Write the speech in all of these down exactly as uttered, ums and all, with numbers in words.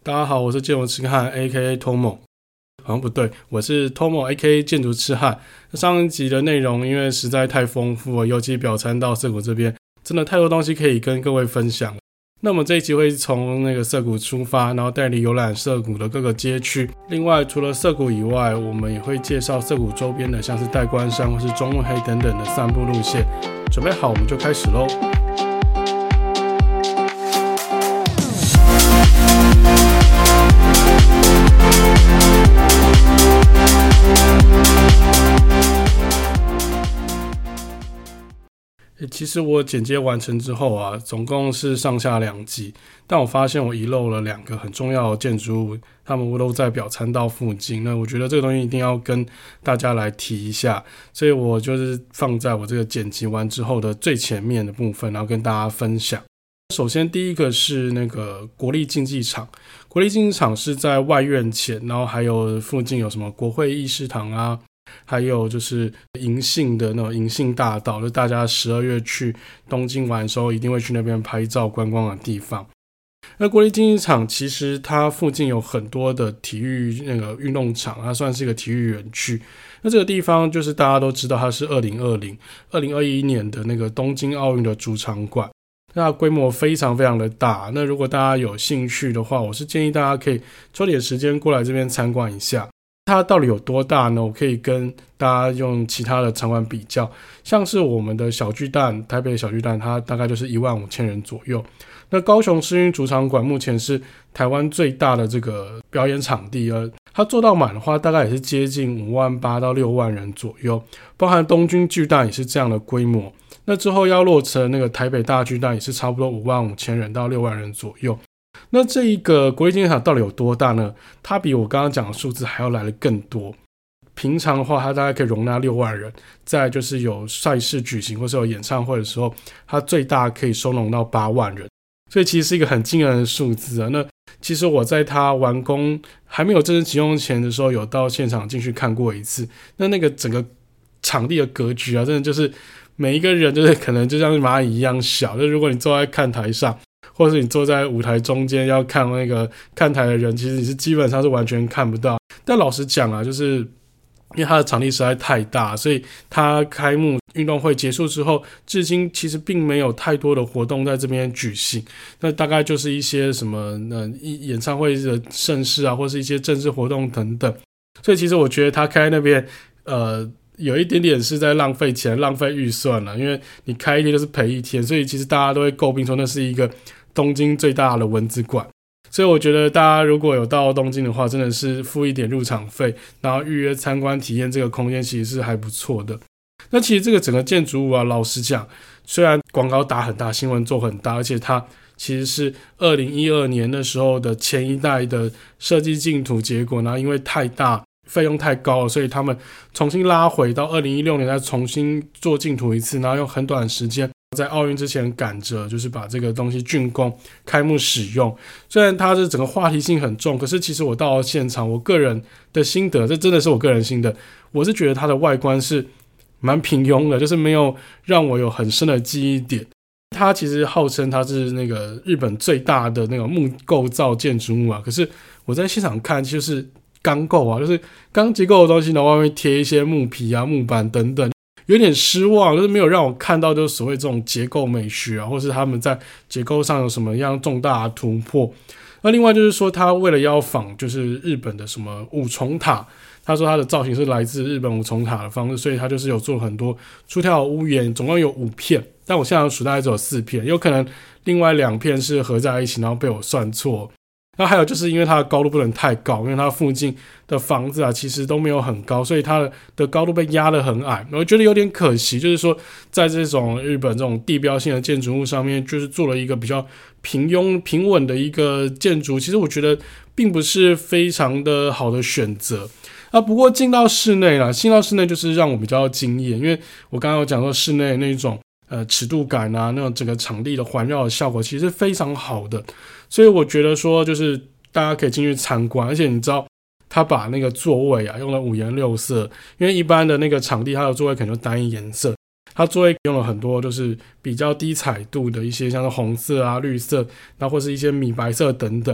大家好，我是建筑痴汉 A K A Tomo， 好像不对，我是 Tomo A K A 建筑痴汉。上一集的内容因为实在太丰富了，尤其表参道涩谷这边真的太多东西可以跟各位分享了。那么这一集会从那个涩谷出发，然后带你游览涩谷的各个街区。另外除了涩谷以外，我们也会介绍涩谷周边的像是代官山或是中目黑等等的散步路线。准备好我们就开始咯。其实我剪接完成之后啊，总共是上下两集，但我发现我遗漏了两个很重要的建筑物，他们都在表参道附近。那我觉得这个东西一定要跟大家来提一下，所以我就是放在我这个剪辑完之后的最前面的部分，然后跟大家分享。首先第一个是那个国立竞技场，国立竞技场是在外院前，然后还有附近有什么国会议事堂啊，还有就是银杏的那种银杏大道，就大家十二月去东京玩的时候一定会去那边拍照观光的地方。那国立竞技场其实它附近有很多的体育那个运动场，它算是一个体育园区。那这个地方就是大家都知道它是二零二零、二零二一年的那个东京奥运的主场馆，那它规模非常非常的大。那如果大家有兴趣的话，我是建议大家可以抽点时间过来这边参观一下。它到底有多大呢？我可以跟大家用其他的场馆比较，像是我们的小巨蛋，台北的小巨蛋，它大概就是一万五千人左右。那高雄世运主场馆目前是台湾最大的这个表演场地，呃，它做到满的话，大概也是接近五万八到六万人左右，包含东京巨蛋也是这样的规模。那之后要落成那个台北大巨蛋也是差不多五万五千人到六万人左右。那这一个国立竞技场到底有多大呢？它比我刚刚讲的数字还要来得更多。平常的话它大概可以容纳六万人，再来就是有赛事举行或是有演唱会的时候，它最大可以收容到八万人，所以其实是一个很惊人的数字啊。那其实我在它完工还没有正式启用前的时候，有到现场进去看过一次。那那个整个场地的格局啊，真的就是每一个人就是可能就像蚂蚁一样小，就如果你坐在看台上，或是你坐在舞台中间要看那个看台的人，其实你是基本上是完全看不到。但老实讲啊，就是因为它的场地实在太大，所以它开幕运动会结束之后，至今其实并没有太多的活动在这边举行。那大概就是一些什么呃演唱会的盛事啊，或是一些政治活动等等。所以其实我觉得它开那边呃有一点点是在浪费钱、浪费预算了，因为你开一天就是赔一天，所以其实大家都会诟病说那是一个东京最大的文字馆。所以我觉得大家如果有到东京的话，真的是付一点入场费，然后预约参观体验这个空间，其实是还不错的。那其实这个整个建筑物啊，老实讲，虽然广告打很大，新闻做很大，而且它其实是二零一二年的时候的前一代的设计竞图结果，然后因为太大费用太高了，所以他们重新拉回到二零一六年再重新做竞图一次，然后用很短的时间在奥运之前赶着就是把这个东西竣工开幕使用。虽然它的整个话题性很重，可是其实我到了现场，我个人的心得，这真的是我个人心得，我是觉得它的外观是蛮平庸的，就是没有让我有很深的记忆点。它其实号称它是那个日本最大的那个木构造建筑物啊，可是我在现场看就是钢构啊，就是钢结构的东西，然后外面贴一些木皮啊、木板等等，有点失望，就是没有让我看到就是所谓这种结构美学啊，或是他们在结构上有什么样重大的突破。那另外就是说，他为了要仿就是日本的什么五重塔，他说他的造型是来自日本五重塔的方式，所以他就是有做很多出挑的屋檐，总共有五片，但我现在数大概只有四片，有可能另外两片是合在一起，然后被我算错。那还有就是因为它的高度不能太高，因为它附近的房子啊其实都没有很高，所以它的高度被压得很矮，我觉得有点可惜。就是说在这种日本这种地标性的建筑物上面，就是做了一个比较平庸平稳的一个建筑，其实我觉得并不是非常的好的选择啊。不过进到室内啦，进到室内就是让我比较惊艳，因为我刚刚有讲说室内那种呃尺度感啊，那种整个场地的环绕的效果其实是非常好的。所以我觉得说就是大家可以进去参观，而且你知道他把那个座位啊用了五颜六色，因为一般的那个场地它的座位可能就单一颜色，它座位用了很多就是比较低彩度的一些像是红色啊、绿色，然后或是一些米白色等等，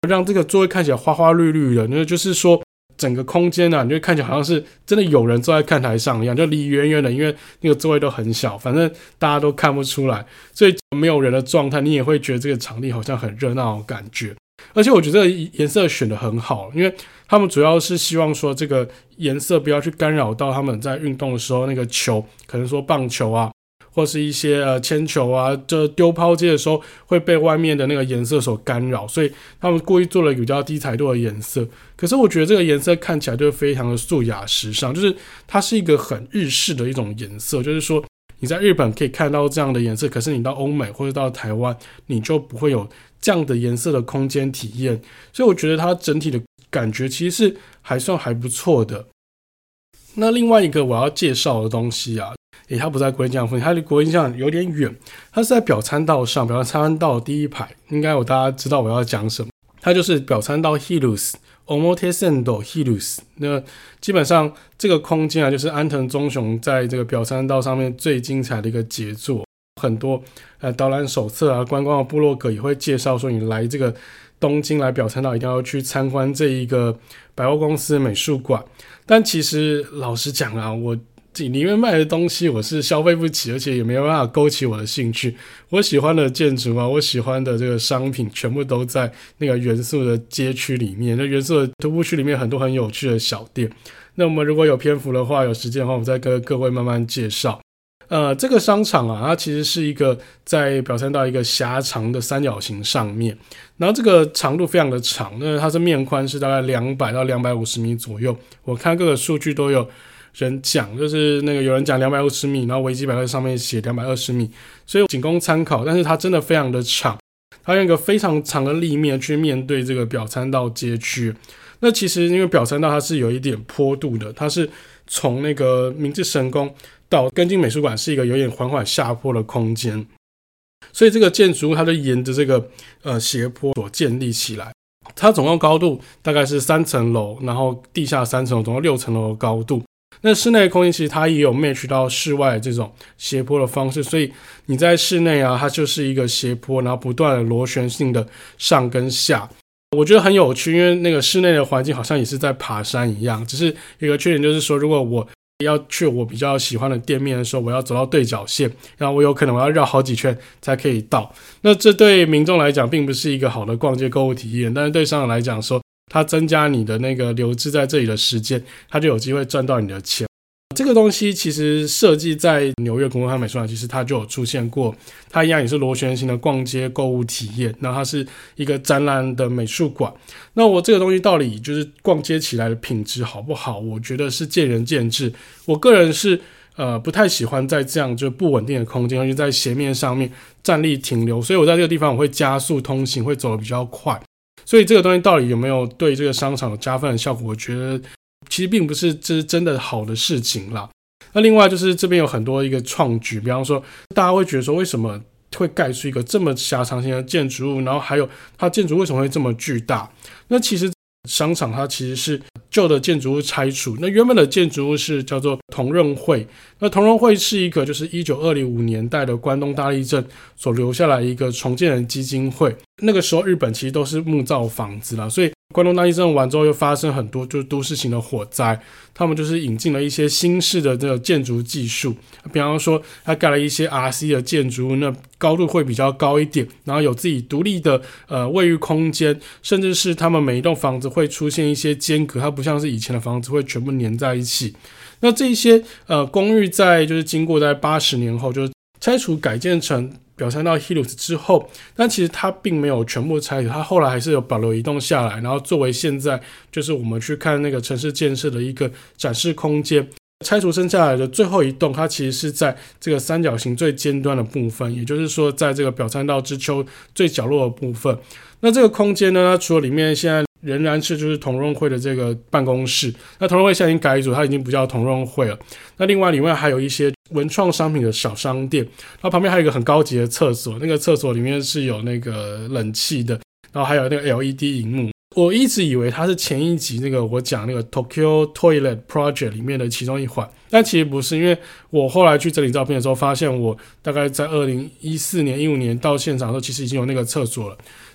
让这个座位看起来花花绿绿的，那就是说整个空间啊，你就看起来好像是真的有人坐在看台上一样，就离远远的，因为那个座位都很小，反正大家都看不出来，所以没有人的状态，你也会觉得这个场地好像很热闹的感觉。而且我觉得这个颜色选得很好，因为他们主要是希望说这个颜色不要去干扰到他们在运动的时候那个球，可能说棒球啊，或是一些呃铅球啊，这丢抛接的时候会被外面的那个颜色所干扰，所以他们故意做了比较低彩度的颜色。可是我觉得这个颜色看起来就非常的素雅时尚，就是它是一个很日式的一种颜色，就是说你在日本可以看到这样的颜色，可是你到欧美或者到台湾，你就不会有这样的颜色的空间体验。所以我觉得它整体的感觉其实是还算还不错的。那另外一个我要介绍的东西啊，诶，它不在国立竞技场附近，它离国立竞技场有点远，它是在表参道上，表参道的第一排，应该有大家知道我要讲什么。它就是表参道 Hilus Omotesando Hilus。那基本上这个空间啊，就是安藤忠雄在这个表参道上面最精彩的一个杰作。很多呃导览手册啊、观光的部落格也会介绍说，你来这个东京来表参道一定要去参观这一个百货公司的美术馆。但其实老实讲啊，我里面卖的东西我是消费不起，而且也没有办法勾起我的兴趣。我喜欢的建筑啊，我喜欢的这个商品全部都在那个元素的街区里面，那元素的徒步区里面很多很有趣的小店。那我们如果有篇幅的话，有时间的话，我们再跟各位慢慢介绍。呃，这个商场啊，它其实是一个在表参道一个狭长的三角形上面，然后这个长度非常的长，那它是面宽是大概两百到两百五十米左右。我看各个数据都有人讲，就是那个有人讲两百五十米，然后维基百科上面写两百二十米，所以仅供参考。但是它真的非常的长，它用一个非常长的立面去面对这个表参道街区。那其实因为表参道它是有一点坡度的，它是从那个明治神宫到根津美术馆是一个有点缓缓下坡的空间，所以这个建筑物它就沿着这个呃斜坡所建立起来。它总共高度大概是三层楼，然后地下三层楼，总共六层楼的高度。那室内的空间其实它也有 match 到室外这种斜坡的方式，所以你在室内啊，它就是一个斜坡，然后不断的螺旋性的上跟下。我觉得很有趣，因为那个室内的环境好像也是在爬山一样，只是一个缺点就是说，如果我要去我比较喜欢的店面的时候，我要走到对角线，然后我有可能我要绕好几圈才可以到。那这对民众来讲并不是一个好的逛街购物体验，但是对商人来讲说，它增加你的那个留置在这里的时间，它就有机会赚到你的钱。这个东西其实设计在纽约国会美术馆，其实它就有出现过，它一样也是螺旋形的逛街购物体验，然后它是一个展览的美术馆。那我这个东西到底就是逛街起来的品质好不好，我觉得是见仁见智。我个人是呃不太喜欢在这样就不稳定的空间，尤其在斜面上面站立停留，所以我在这个地方我会加速通行，会走得比较快。所以这个东西到底有没有对这个商场有加分的效果，我觉得其实并不是这是真的好的事情啦。那另外就是这边有很多一个创举，比方说大家会觉得说为什么会盖出一个这么狭长型的建筑物，然后还有它建筑为什么会这么巨大。那其实商场它其实是旧的建筑物拆除，那原本的建筑物是叫做同润会，那同润会是一个就是一九二五年代的关东大地震所留下来一个重建人基金会。那个时候日本其实都是木造房子啦，所以关东大地震完之后又发生很多就是都市型的火灾，他们就是引进了一些新式的这个建筑技术，比方说他盖了一些 R C 的建筑物，那高度会比较高一点，然后有自己独立的呃卫浴空间，甚至是他们每一栋房子会出现一些间隔，它不像是以前的房子会全部粘在一起。那这些呃公寓在就是经过在八十年后就是拆除改建成表参道 Hilus 之后，但其实它并没有全部拆除，它后来还是有保留一栋下来，然后作为现在就是我们去看那个城市建设的一个展示空间。拆除剩下来的最后一栋，它其实是在这个三角形最尖端的部分，也就是说在这个表参道之丘最角落的部分。那这个空间呢，它除了里面现在仍然是就是同润会的这个办公室，那同润会现在已经改组，它已经不叫同润会了。那另外里面还有一些文创商品的小商店，然后旁边还有一个很高级的厕所，那个厕所里面是有那个冷气的，然后还有那个 L E D 萤幕。我一直以为它是前一集那个我讲那个 Tokyo Toilet Project 里面的其中一环，但其实不是，因为我后来去整理照片的时候发现，我大概在二零一四年、一五年到现场的时候，其实已经有那个厕所了。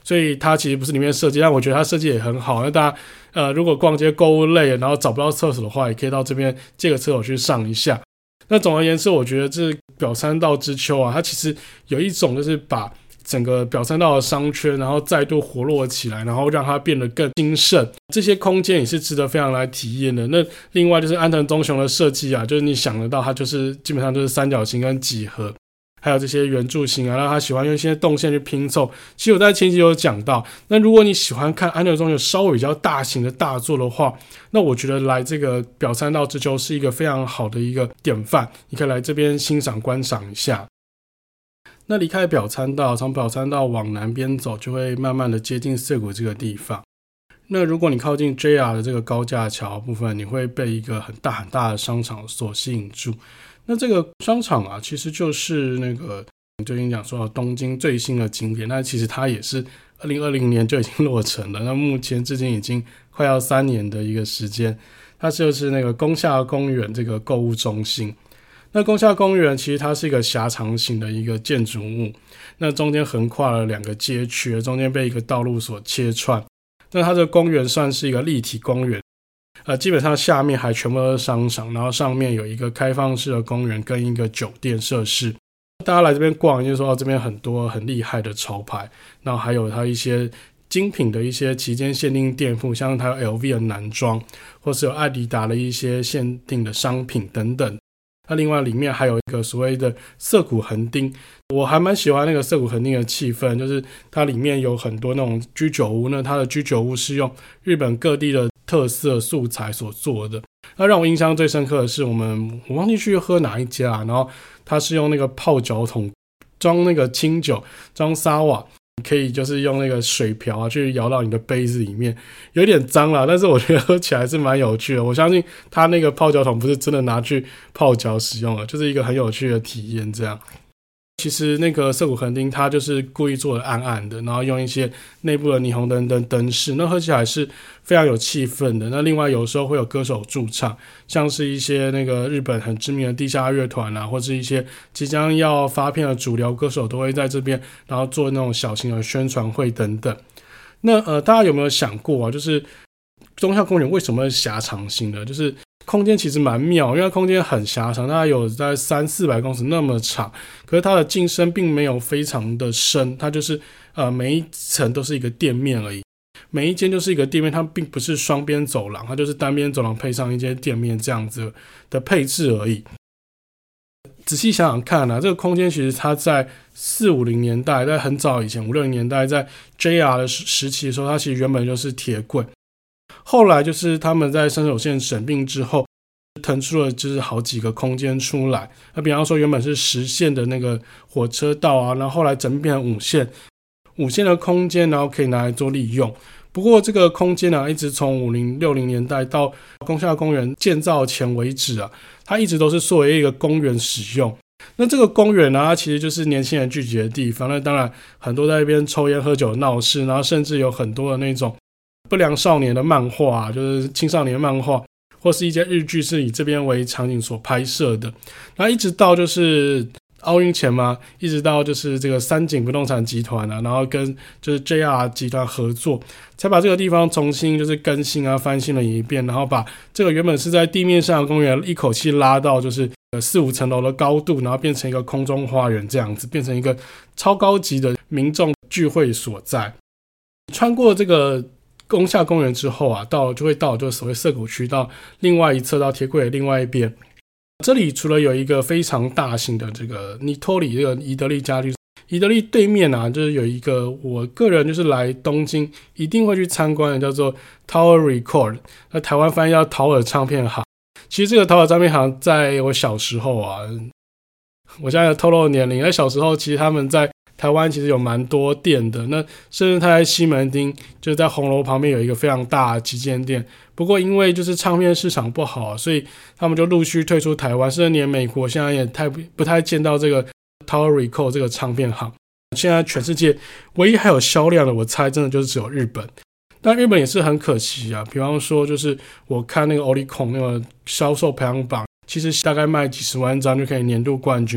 所以它其实不是里面设计，但我觉得它设计也很好。那大家呃如果逛街购物累然后找不到厕所的话，也可以到这边借个厕所去上一下。那总而言之，我觉得这表参道之丘啊，它其实有一种就是把整个表参道的商圈然后再度活络起来，然后让它变得更兴盛，这些空间也是值得非常来体验的。那另外就是安藤忠雄的设计啊，就是你想得到它就是基本上就是三角形跟几何，还有这些圆柱形啊，让他喜欢用一些动线去拼凑。其实我在前期有讲到，那如果你喜欢看安藤忠雄稍微比较大型的大作的话，那我觉得来这个表参道之丘是一个非常好的一个典范，你可以来这边欣赏观赏一下。那离开表参道，从表参道往南边走，就会慢慢的接近涩谷这个地方。那如果你靠近 J R 的这个高架桥部分，你会被一个很大很大的商场所吸引住。那这个商场啊，其实就是那个最近讲说的东京最新的景点，那其实它也是二零二零年就已经落成了，那目前至今已经快要三年的一个时间。它就是那个宫下公园这个购物中心。那宫下公园其实它是一个狭长型的一个建筑物，那中间横跨了两个街区，中间被一个道路所切穿。那它的公园算是一个立体公园，呃，基本上下面还全部都是商场，然后上面有一个开放式的公园跟一个酒店设施。大家来这边逛，就是说这边很多很厉害的潮牌，然后还有它一些精品的一些期间限定店铺，像它有 L V 的男装，或是有艾迪达的一些限定的商品等等。那另外里面还有一个所谓的涩谷横丁，我还蛮喜欢那个涩谷横丁的气氛，就是它里面有很多那种居酒屋，那它的居酒屋是用日本各地的特色素材所做的。那让我印象最深刻的是我们我忘记去喝哪一家，然后它是用那个泡脚桶装那个清酒，装沙瓦，可以就是用那个水瓢啊去舀到你的杯子里面，有点脏啦，但是我觉得喝起来是蛮有趣的。我相信它那个泡脚桶不是真的拿去泡脚使用的，就是一个很有趣的体验这样。其实那个涩谷横丁它就是故意做的暗暗的，然后用一些内部的霓虹灯灯灯饰，那喝起来是非常有气氛的。那另外有时候会有歌手驻唱，像是一些那个日本很知名的地下乐团啊，或是一些即将要发片的主流歌手都会在这边，然后做那种小型的宣传会等等。那呃，大家有没有想过啊，就是中下公园为什么是狭长型的？就是空间其实蛮妙，因为空间很狭长，大概有在三四百公尺那么长，可是它的进深并没有非常的深，它就是呃每一层都是一个店面而已，每一间就是一个店面，它并不是双边走廊，它就是单边走廊配上一间店面这样子的配置而已。仔细想想看啊，这个空间其实它在四五零年代，在很早以前五六零年代，在 J R 的时期的时候，它其实原本就是铁轨。后来就是他们在山手线整并之后，腾出了就是好几个空间出来。那比方说原本是十线的那个火车道啊，然后后来整并变成五线，五线的空间然后可以拿来做利用。不过这个空间啊，一直从五零六零年代到宫下公园建造前为止啊，它一直都是作为一个公园使用。那这个公园呢、啊，它其实就是年轻人聚集的地方。那当然很多在那边抽烟喝酒闹事，然后甚至有很多的那种不良少年的漫画、啊，就是青少年漫画，或是一些日剧是以这边为场景所拍摄的。那一直到就是奥运前嘛，一直到就是这个三井不动产集团啊，然后跟就是 J R 集团合作，才把这个地方重新就是更新啊翻新了一遍，然后把这个原本是在地面上的公园一口气拉到就是四五层楼的高度，然后变成一个空中花园这样子，变成一个超高级的民众聚会所在。穿过这个宫下公园之后啊，到就会到就是所谓涩谷区，到另外一侧到铁轨的另外一边。这里除了有一个非常大型的这个尼托里这个宜得利家具，宜得利对面啊，就是有一个我个人就是来东京一定会去参观的，叫做 Tower Record， 那台湾翻译叫陶尔唱片行。其实这个陶尔唱片行在我小时候啊，我现在透露年龄，在小时候其实他们在台湾其实有蛮多店的，那甚至他在西门町就是在红楼旁边有一个非常大的旗舰店，不过因为就是唱片市场不好，所以他们就陆续退出台湾，甚至连美国现在也太不太见到这个 Tower Record 这个唱片行。现在全世界唯一还有销量的，我猜真的就是只有日本。但日本也是很可惜啊，比方说就是我看那个 Oricon 那个销售排行榜，其实大概卖几十万张就可以年度冠军了。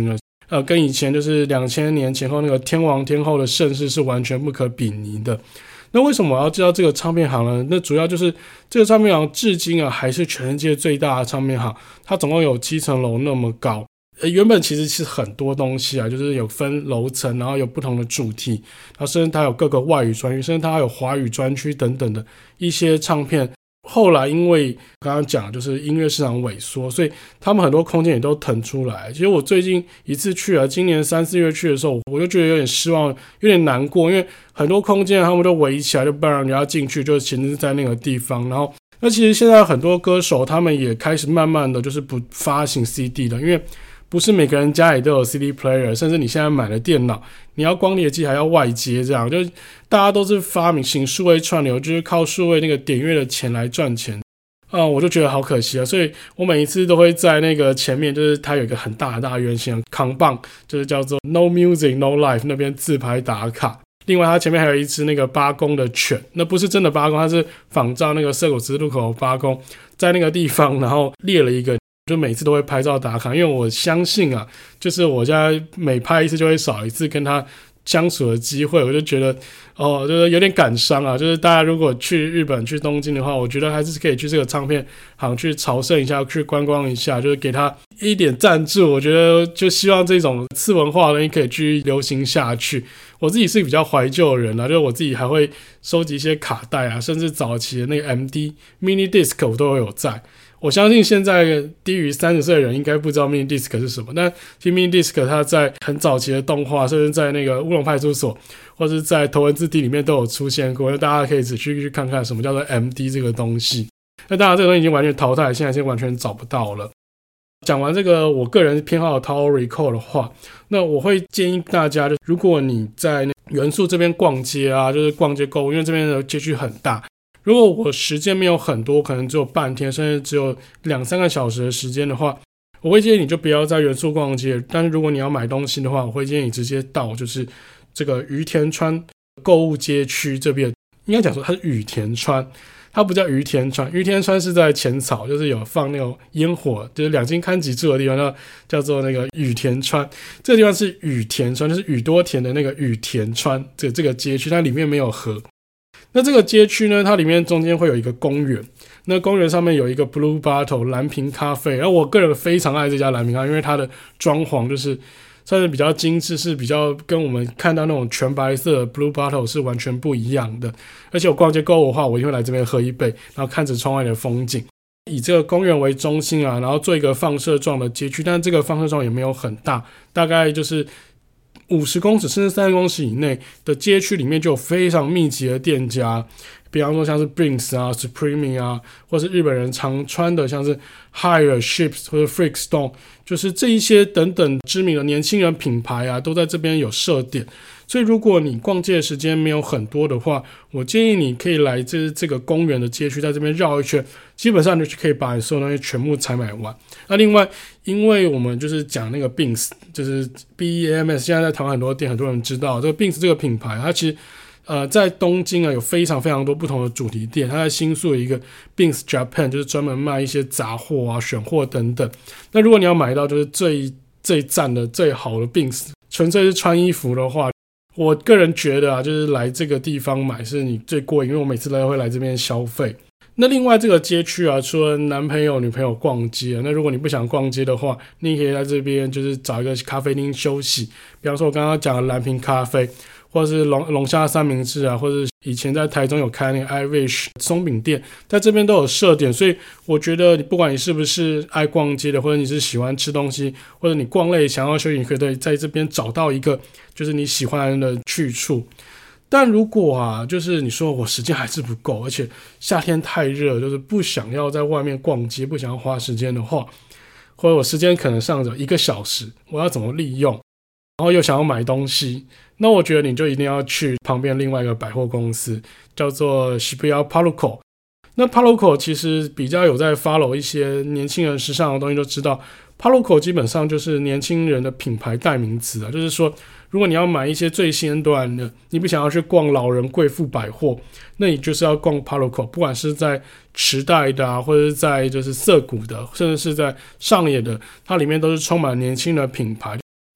呃，跟以前就是两千年前后那个天王天后的盛世是完全不可比拟的。那为什么我要知道这个唱片行呢？那主要就是这个唱片行至今啊还是全世界最大的唱片行，它总共有七层楼那么高。呃，原本其实是很多东西啊，就是有分楼层，然后有不同的主题，然后甚至它有各个外语专区，甚至它还有华语专区等等的一些唱片。后来因为刚刚讲就是音乐市场萎缩，所以他们很多空间也都腾出来。其实我最近一次去啊，今年三四月去的时候，我就觉得有点失望，有点难过，因为很多空间他们都围起来，就不让人家进去，就其实是在那个地方。然后那其实现在很多歌手他们也开始慢慢的就是不发行 C D 了，因为不是每个人家里都有 C D player， 甚至你现在买了电脑，你要光碟机还要外接，这样就大家都是发明型数位串流，就是靠数位那个点阅的钱来赚钱。啊、嗯，我就觉得好可惜啊，所以我每一次都会在那个前面，就是它有一个很大很大的圆形扛棒，就是叫做 No Music No Life 那边自拍打卡。另外它前面还有一只那个八公的犬，那不是真的八公，它是仿照那个涩谷十字路口的八公，在那个地方然后列了一个，就每次都会拍照打卡，因为我相信啊，就是我现在每拍一次就会少一次跟他相处的机会，我就觉得哦，就是有点感伤啊。就是大家如果去日本去东京的话，我觉得还是可以去这个唱片行去朝圣一下，去观光一下，就是给他一点赞助。我觉得就希望这种次文化的东西可以继续流行下去。我自己是比较怀旧的人啊，就是我自己还会收集一些卡带啊，甚至早期的那个 M D、Mini Disc 我都有在。我相信现在低于三十岁的人应该不知道 Mini Disc 是什么，但其实 Mini Disc 它在很早期的动画，甚至在那个乌龙派出所或者在头文字 D 里面都有出现过，那大家可以仔细去看看什么叫做 M D 这个东西。那当然这个东西已经完全淘汰，现在现在完全找不到了。讲完这个我个人偏好的 Tower Recall 的话，那我会建议大家，如果你在元素这边逛街啊，就是逛街购物，因为这边的街区很大，如果我时间没有很多，可能只有半天，甚至只有两三个小时的时间的话，我会建议你就不要在元素逛街。但是如果你要买东西的话，我会建议你直接到就是这个羽田川购物街区这边。应该讲说它是羽田川，它不叫羽田川，羽田川是在浅草，就是有放那种烟火，就是两津勘吉住的地方，那叫做那个羽田川。这个地方是羽田川，就是宇多田的那个羽田川这个这个街区，它里面没有河。那这个街区呢，它里面中间会有一个公园，那公园上面有一个 Blue Bottle 蓝瓶咖啡，然后我个人非常爱这家蓝瓶咖啡，因为它的装潢就是算是比较精致，是比较跟我们看到那种全白色的 Blue Bottle 是完全不一样的。而且我逛街购物的话，我一定会来这边喝一杯，然后看着窗外的风景。以这个公园为中心啊，然后做一个放射状的街区，但这个放射状也没有很大，大概就是五十公尺甚至三十公尺以内的街区里面就有非常密集的店家，比方说像是 Brinks 啊 Supreme 啊，或是日本人常穿的像是 Hire Ships 或者 Freak Stone， 就是这一些等等知名的年轻人品牌啊，都在这边有设点。所以如果你逛街的时间没有很多的话，我建议你可以来这这个公园的街区，在这边绕一圈，基本上你就可以把你所有东西全部采买完。那另外，因为我们就是讲那个 Beams， 就是 B E A M S， 现在在台湾很多店，很多人知道这个 Beams 这个品牌，它其实呃在东京啊有非常非常多不同的主题店。它在新宿有一个 Beams Japan， 就是专门卖一些杂货啊、选货等等。那如果你要买到就是最最赞的、最好的 Beams， 纯粹是穿衣服的话，我个人觉得啊，就是来这个地方买是你最过瘾，因为我每次都会来这边消费。那另外这个街区啊，除了男朋友女朋友逛街，那如果你不想逛街的话，你可以在这边就是找一个咖啡厅休息，比方说我刚刚讲的蓝瓶咖啡，或者是龙龙虾三明治啊，或者以前在台中有开那个 Irish 松饼店，在这边都有设点。所以我觉得你不管你是不是爱逛街的，或者你是喜欢吃东西，或者你逛累想要休息，你可以在这边找到一个就是你喜欢的去处。但如果啊，就是你说我时间还是不够，而且夏天太热，就是不想要在外面逛街，不想要花时间的话，或者我时间可能上着一个小时，我要怎么利用？然后又想要买东西，那我觉得你就一定要去旁边另外一个百货公司，叫做 Shibuya PARCO。那 PARCO 其实比较有在 follow 一些年轻人时尚的东西，就知道 PARCO 基本上就是年轻人的品牌代名词啊，就是说如果你要买一些最先端的，你不想要去逛老人贵妇百货，那你就是要逛 PARCO， 不管是在池袋的啊，或者是在就是涩谷的，甚至是在上野的，它里面都是充满年轻的品牌。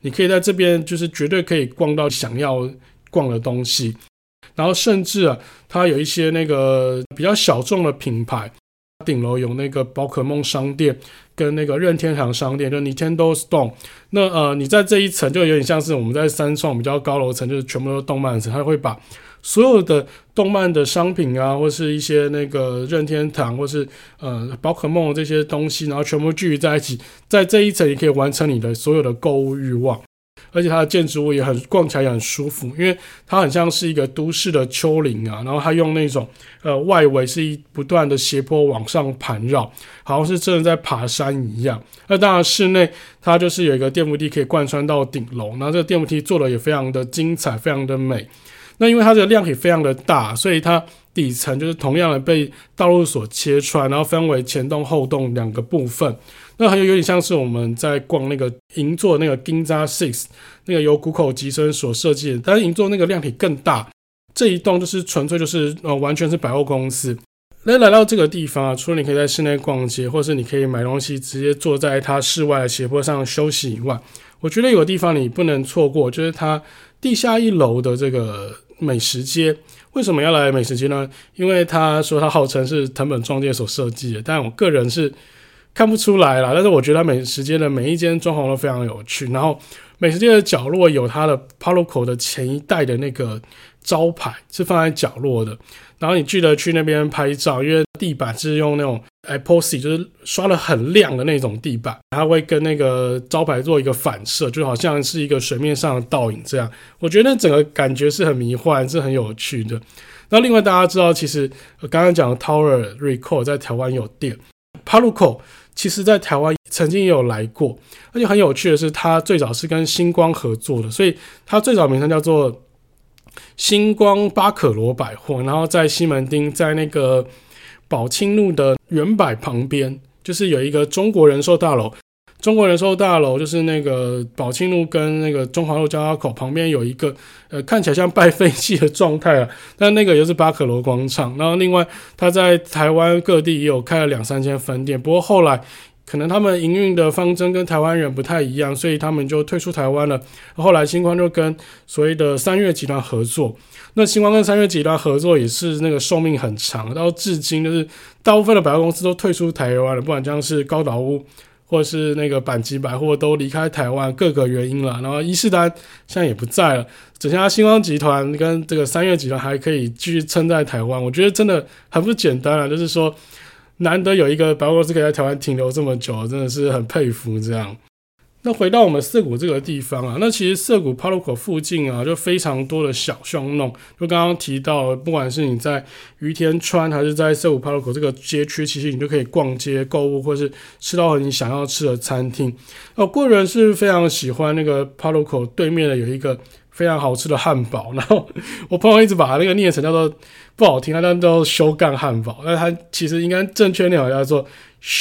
你可以在这边就是绝对可以逛到想要逛的东西。然后甚至啊，它有一些那个比较小众的品牌，顶楼有那个宝可梦商店跟那个任天堂商店，就 Nintendo Store。那呃，你在这一层就有点像是我们在三创比较高楼层，就是全部都是动漫层，它会把所有的动漫的商品啊，或是一些那个任天堂或是呃宝可梦这些东西，然后全部聚集在一起，在这一层也可以完成你的所有的购物欲望。而且它的建筑物也很逛起来也很舒服，因为它很像是一个都市的丘陵啊，然后它用那种呃外围是一不断的斜坡往上盘绕，好像是真的在爬山一样。那当然室内它就是有一个电扶梯可以贯穿到顶楼，然后这个电扶梯做的也非常的精彩，非常的美。那因为它的量体非常的大，所以它底层就是同样的被道路所切穿，然后分为前栋后栋两个部分。那还有有点像是我们在逛那个银座那个 Ginza Six 那个由谷口吉生所设计的，但是银座那个量体更大，这一栋就是纯粹就是呃完全是百货公司。那来到这个地方啊，除了你可以在室内逛街，或是你可以买东西直接坐在它室外的斜坡上休息以外，我觉得有个地方你不能错过，就是它地下一楼的这个美食街。为什么要来美食街呢？因为他说他号称是藤本壮介所设计的，但我个人是看不出来啦。但是我觉得美食街的每一间装潢都非常有趣，然后美食街的角落有它的 Paluco 的前一代的那个招牌是放在角落的，然后你记得去那边拍照，因为地板是用那种 epoxy 就是刷得很亮的那种地板，它会跟那个招牌做一个反射，就好像是一个水面上的倒影这样。我觉得那整个感觉是很迷幻，是很有趣的。那另外大家知道，其实刚刚讲的 Tower Record 在台湾有店， Paluco 其实在台湾曾经也有来过，而且很有趣的是它最早是跟星光合作的，所以它最早名称叫做星光巴可罗百货，然后在西门町，在那个宝清路的原百旁边，就是有一个中国人寿大楼。中国人寿大楼就是那个宝清路跟那个中华路交叉口旁边有一个呃看起来像拜废弃的状态啊，但那个也是巴可罗广场。然后另外他在台湾各地也有开了两三间分店，不过后来可能他们营运的方针跟台湾人不太一样，所以他们就退出台湾了。后来星光就跟所谓的三月集团合作，那星光跟三月集团合作也是那个寿命很长，到至今就是大部分的百货公司都退出台湾了，不管像是高岛屋或是那个阪急百货都离开台湾，各个原因了。然后伊势丹现在也不在了，只剩下星光集团跟这个三月集团还可以继续撑在台湾。我觉得真的很不简单啊，就是说难得有一个百货公司可以在台湾停留这么久，真的是很佩服这样。那回到我们涩谷这个地方啊，那其实涩谷 Paluco 附近啊，就非常多的小巷弄。就刚刚提到，不管是你在于田川还是在涩谷 Paluco 这个街区，其实你就可以逛街购物，或是吃到你想要吃的餐厅。我个人是非常喜欢那个 Paluco 对面的有一个非常好吃的汉堡，然后我朋友一直把那个念成叫做不好听，他叫做修干汉堡，但他其实应该正确念好叫做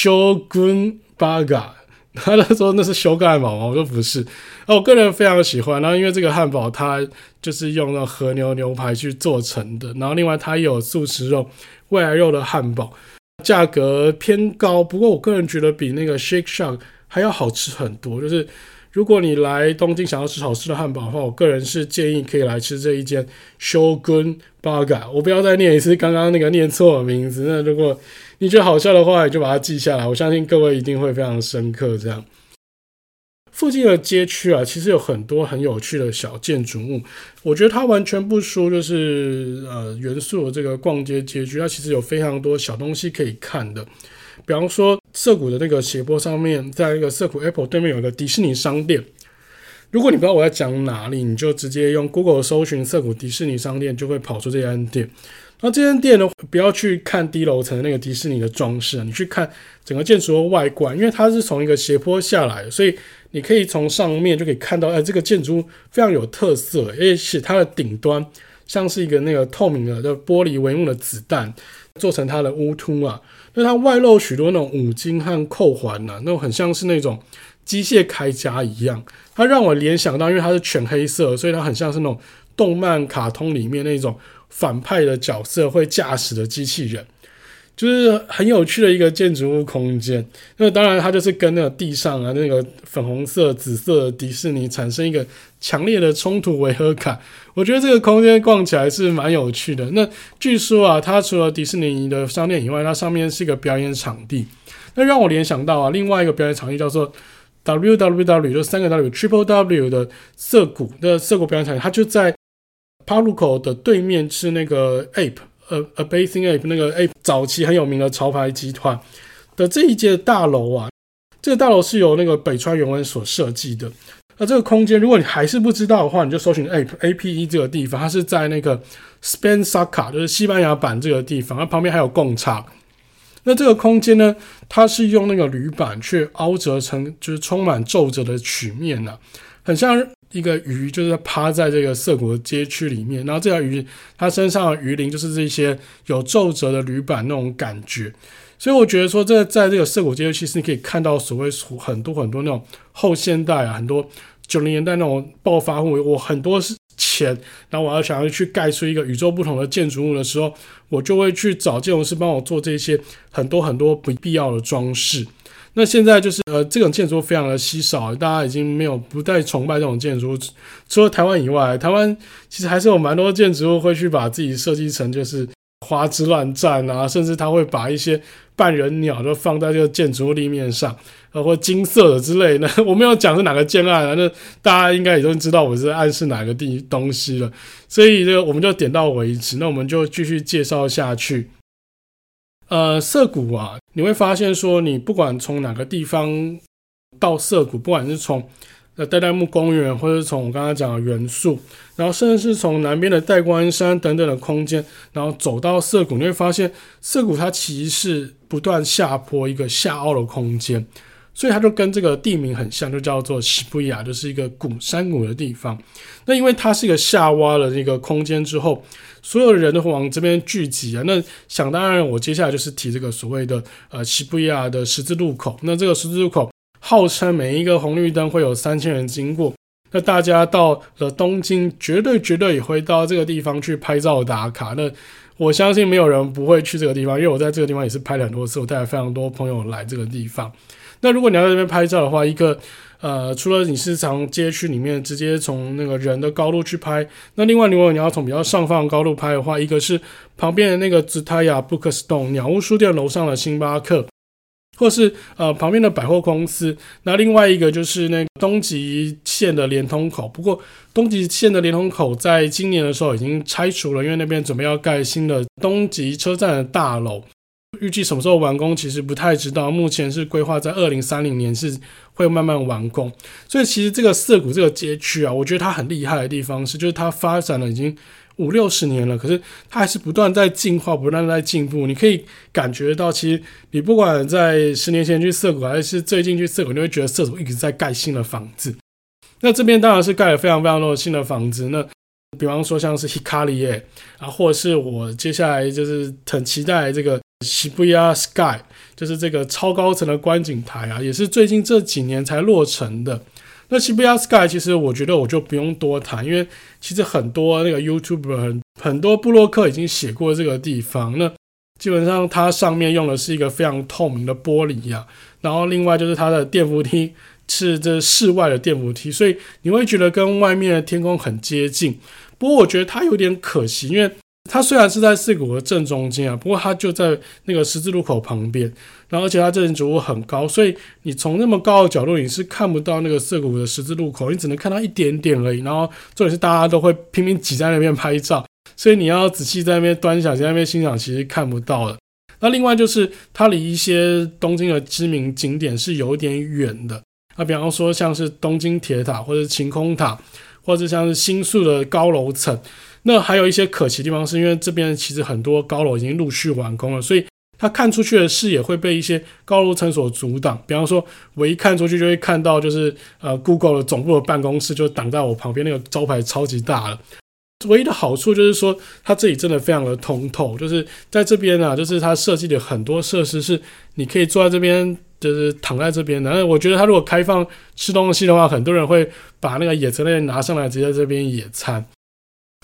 Shogun Burger。他就说那是修干汉堡吗？我说不是。我个人非常喜欢，然后因为这个汉堡它就是用那和牛牛排去做成的，然后另外它也有素食肉、未来肉的汉堡，价格偏高，不过我个人觉得比那个 Shake Shack 还要好吃很多。就是如果你来东京想要吃好吃的汉堡的话，我个人是建议可以来吃这一间 Shogun Burger。我不要再念一次刚刚那个念错的名字，那如果你觉得好笑的话，你就把它记下来，我相信各位一定会非常深刻。这样附近的街区啊，其实有很多很有趣的小建筑物，我觉得它完全不输就是呃元素的这个逛街街区，它其实有非常多小东西可以看的。比方说涩谷的那个斜坡上面，在那个涩谷 Apple 对面有一个迪士尼商店。如果你不知道我在讲哪里，你就直接用 Google 搜寻涩谷迪士尼商店，就会跑出这间店。那这间店呢，不要去看低楼层的那个迪士尼的装饰，你去看整个建筑的外观，因为它是从一个斜坡下来的，所以你可以从上面就可以看到，哎，这个建筑物非常有特色，而且它的顶端像是一个那个透明的玻璃帷幕的子弹，做成它的屋凸啊。那它外露许多那种五金和扣环啊，那种很像是那种机械开甲一样。它让我联想到，因为它是全黑色，所以它很像是那种动漫卡通里面那种反派的角色会驾驶的机器人， 就是很有趣的一个建筑物空间。那当然它就是跟那个地上啊那个粉红色紫色的迪士尼产生一个强烈的冲突违和感，我觉得这个空间逛起来是蛮有趣的。那据说啊，它除了迪士尼的商店以外，它上面是一个表演场地，那让我联想到啊另外一个表演场地叫做W W W， 就三个 W Triple W 的涩谷的涩谷表演场地，它就在帕路口的对面，是那个 Ape A, A Bathing Ape 那个 Ape 早期很有名的潮牌集团的这一届大楼啊，这个大楼是由那个北川元文所设计的。那这个空间如果你还是不知道的话，你就搜寻 Ape A P E 这个地方，它是在那个 Spain Saka 就是西班牙版这个地方，它旁边还有贡茶。那这个空间呢，它是用那个铝板去凹折成就是充满皱褶的曲面啊，很像一个鱼就是趴在这个涩谷的街区里面，然后这条鱼它身上的鱼鳞就是这些有皱褶的铝板那种感觉。所以我觉得说这在这个涩谷街区其实你可以看到所谓很多很多那种后现代啊，很多九零年代那种暴发户，我很多钱然后我要想要去盖出一个与众不同的建筑物的时候，我就会去找建筑师帮我做这些很多很多不必要的装饰。那现在就是呃，这种建筑非常的稀少，大家已经没有不再崇拜这种建筑物。除了台湾以外，台湾其实还是有蛮多建筑物会去把自己设计成就是花枝乱颤啊，甚至他会把一些半人鸟就放在这个建筑物立面上，呃，或金色的之类的。我没有讲是哪个建案啊，那大家应该也都知道我是暗示哪个地东西了。所以这个我们就点到为止，那我们就继续介绍下去。呃，涩谷啊，你会发现说，你不管从哪个地方到涩谷，不管是从呃代代木公园，或者是从我刚刚讲的元素，然后甚至是从南边的代官山等等的空间，然后走到涩谷，你会发现涩谷它其实是不断下坡一个下凹的空间，所以它就跟这个地名很像，就叫做西布亚，就是一个谷山谷的地方。那因为它是一个下挖的那个空间之后，所有的人都会往这边聚集啊。那想当然，我接下来就是提这个所谓的呃西布亚的十字路口。那这个十字路口号称每一个红绿灯会有三千人经过。那大家到了东京，绝对绝对也会到这个地方去拍照打卡。那我相信没有人不会去这个地方，因为我在这个地方也是拍了很多次，我带了非常多朋友来这个地方。那如果你要在这边拍照的话，一个呃，除了你是从街区里面直接从那个人的高度去拍，那另外如果你要从比较上方的高度拍的话，一个是旁边的那个紫塔雅 Bookstore 鸟屋书店楼上的星巴克，或是呃旁边的百货公司。那另外一个就是那个东极线的连通口，不过东极线的连通口在今年的时候已经拆除了，因为那边准备要盖新的东极车站的大楼。预计什么时候完工其实不太知道，目前是规划在二零三零年是会慢慢完工。所以其实这个涩谷这个街区啊，我觉得它很厉害的地方是，就是它发展了已经五六十年了，可是它还是不断在进化，不断在进步。你可以感觉到，其实你不管在十年前去涩谷，还是最近去涩谷，你会觉得涩谷一直在盖新的房子。那这边当然是盖了非常非常多的新的房子，那比方说像是 Hikari 啊，或者是我接下来就是很期待这个Shibuya Sky， 就是这个超高层的观景台啊，也是最近这几年才落成的。那 Shibuya Sky 其实我觉得我就不用多谈，因为其实很多那个 YouTuber 很, 很多部落客已经写过这个地方。那基本上它上面用的是一个非常透明的玻璃啊，然后另外就是它的电扶梯是这室外的电扶梯，所以你会觉得跟外面的天空很接近。不过我觉得它有点可惜，因为它虽然是在涩谷的正中间啊，不过它就在那个十字路口旁边，然后而且它建筑物很高，所以你从那么高的角度你是看不到那个涩谷的十字路口，你只能看到一点点而已。然后重点是大家都会拼命挤在那边拍照，所以你要仔细在那边端详，在那边欣赏，其实看不到的。那另外就是它离一些东京的知名景点是有点远的，那比方说像是东京铁塔或者晴空塔，或者像是新宿的高楼层。那还有一些可惜的地方是因为这边其实很多高楼已经陆续完工了，所以它看出去的视野会被一些高楼层所阻挡。比方说我一看出去就会看到就是呃 Google 的总部的办公室就挡在我旁边，那个招牌超级大了。唯一的好处就是说它这里真的非常的通透，就是在这边啊，就是它设计的很多设施是你可以坐在这边，就是躺在这边的。那我觉得它如果开放吃东西的话，很多人会把那个野餐类拿上来直接在这边野餐。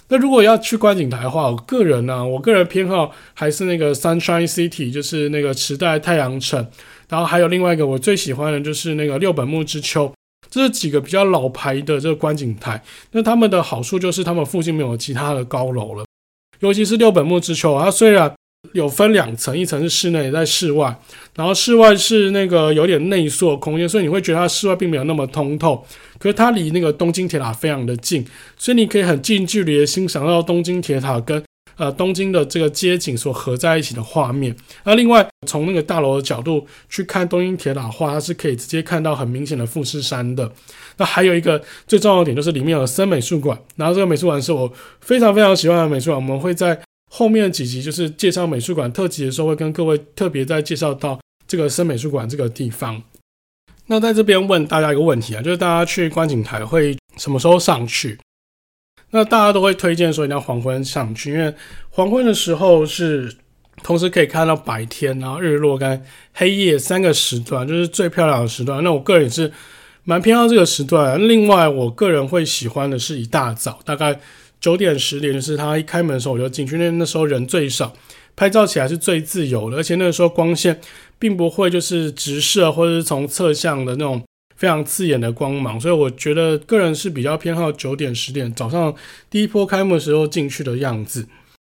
那如果要去观景台的话，我个人呢、啊，我个人偏好还是那个 Sunshine City， 就是那个池袋太阳城，然后还有另外一个我最喜欢的就是那个六本木之丘，这是几个比较老牌的这个观景台。那他们的好处就是他们附近没有其他的高楼了，尤其是六本木之丘，它虽然有分两层，一层是室内，也在室外，然后室外是那个有点内缩的空间，所以你会觉得它室外并没有那么通透。可是它离那个东京铁塔非常的近，所以你可以很近距离的欣赏到东京铁塔跟呃东京的这个街景所合在一起的画面。那另外从那个大楼的角度去看东京铁塔的话，它是可以直接看到很明显的富士山的。那还有一个最重要的点就是里面有森美术馆，然后这个美术馆是我非常非常喜欢的美术馆，我们会在后面几集就是介绍美术馆特辑的时候，会跟各位特别再介绍到这个森美术馆这个地方。那在这边问大家一个问题啊，就是大家去观景台会什么时候上去？那大家都会推荐说一定要黄昏上去，因为黄昏的时候是同时可以看到白天，然后日落跟黑夜三个时段，就是最漂亮的时段。那我个人也是蛮偏好这个时段。另外，我个人会喜欢的是一大早，大概九点十点，就是他一开门的时候我就进去，因为那时候人最少，拍照起来是最自由的，而且那个时候光线并不会就是直射或者是从侧向的那种非常刺眼的光芒，所以我觉得个人是比较偏好九点十点早上第一波开幕的时候进去的样子。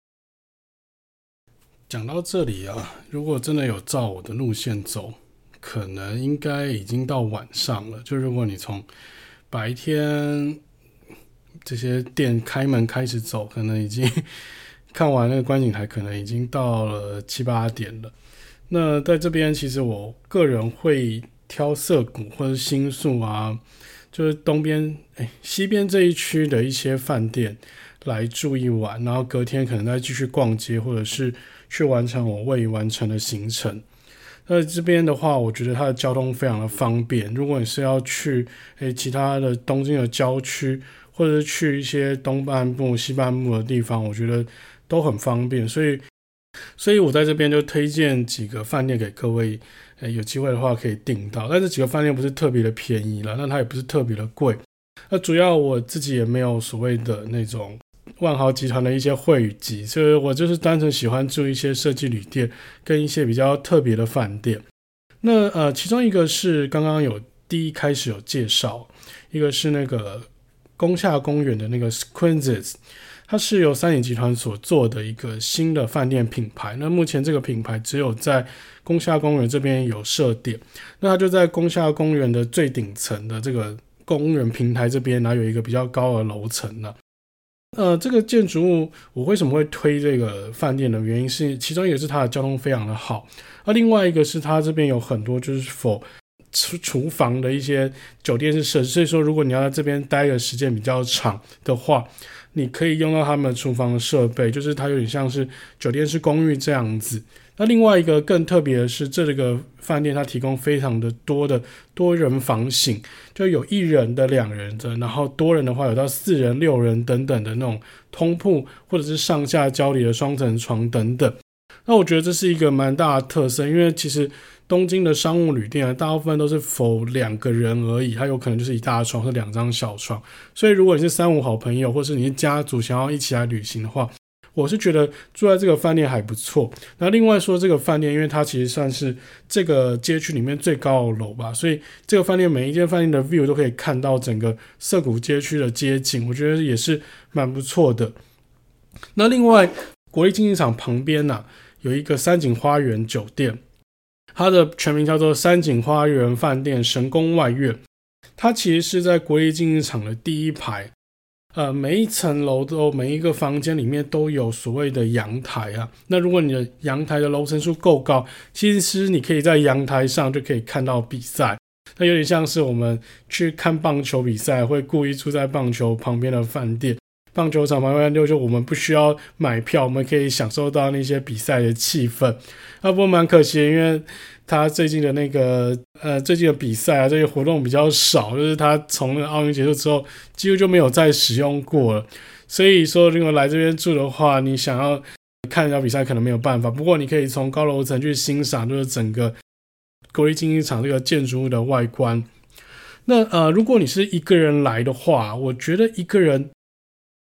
讲到这里啊，如果真的有照我的路线走，可能应该已经到晚上了。就如果你从白天这些店开门开始走，可能已经看完那个观景台，可能已经到了七八点了。那在这边其实我个人会挑涩谷或者新宿啊，就是东边、欸、西边这一区的一些饭店来住一晚，然后隔天可能再继续逛街，或者是去完成我未完成的行程。那这边的话，我觉得它的交通非常的方便。如果你是要去、欸、其他的东京的郊区，或者是去一些东半部、西半部的地方，我觉得都很方便。所以所以我在这边就推荐几个饭店给各位、欸、有机会的话可以订到。但这几个饭店不是特别的便宜啦，那它也不是特别的贵。那主要我自己也没有所谓的那种万豪集团的一些会员级，所以我就是单纯喜欢住一些设计旅店跟一些比较特别的饭店。那呃，其中一个是刚刚有第一开始有介绍，一个是那个宫下公园的那个 Quinzes， 它是由三井集团所做的一个新的饭店品牌。那目前这个品牌只有在宫下公园这边有设点，那它就在宫下公园的最顶层的这个公园平台这边，然后有一个比较高的楼层呢。呃，这个建筑物我为什么会推这个饭店的原因是，其中一个是它的交通非常的好，而另外一个是它这边有很多就是否厨房的一些酒店式设施，所以说如果你要在这边待的时间比较长的话，你可以用到他们的厨房的设备，就是它有点像是酒店式公寓这样子。那另外一个更特别的是，这个饭店它提供非常的多的多人房型，就有一人的、两人的，然后多人的话有到四人、六人等等的那种通铺，或者是上下交叠的双层床等等。那我觉得这是一个蛮大的特色，因为其实东京的商务旅店大部分都是否两个人而已，它有可能就是一大床或两张小床，所以如果你是三五好朋友，或是你是家族想要一起来旅行的话，我是觉得住在这个饭店还不错。那另外说这个饭店，因为它其实算是这个街区里面最高的楼吧，所以这个饭店每一间饭店的 view 都可以看到整个涩谷街区的街景，我觉得也是蛮不错的。那另外国立竞技场旁边啊，有一个三井花园酒店，它的全名叫做三井花园饭店神宫外苑。它其实是在国立竞技场的第一排，呃，每一层楼都每一个房间里面都有所谓的阳台啊。那如果你的阳台的楼层数够高，其实你可以在阳台上就可以看到比赛。那有点像是我们去看棒球比赛，会故意住在棒球旁边的饭店。棒球场旁边就我们不需要买票，我们可以享受到那些比赛的气氛。啊，不过蛮可惜的，因为他最近的那个呃最近的比赛啊，这些活动比较少，就是他从那个奥运结束之后，几乎就没有再使用过了。所以说，如果来这边住的话，你想要看人家比赛可能没有办法。不过你可以从高楼层去欣赏，就是整个国立竞技场这个建筑物的外观。那呃，如果你是一个人来的话，我觉得一个人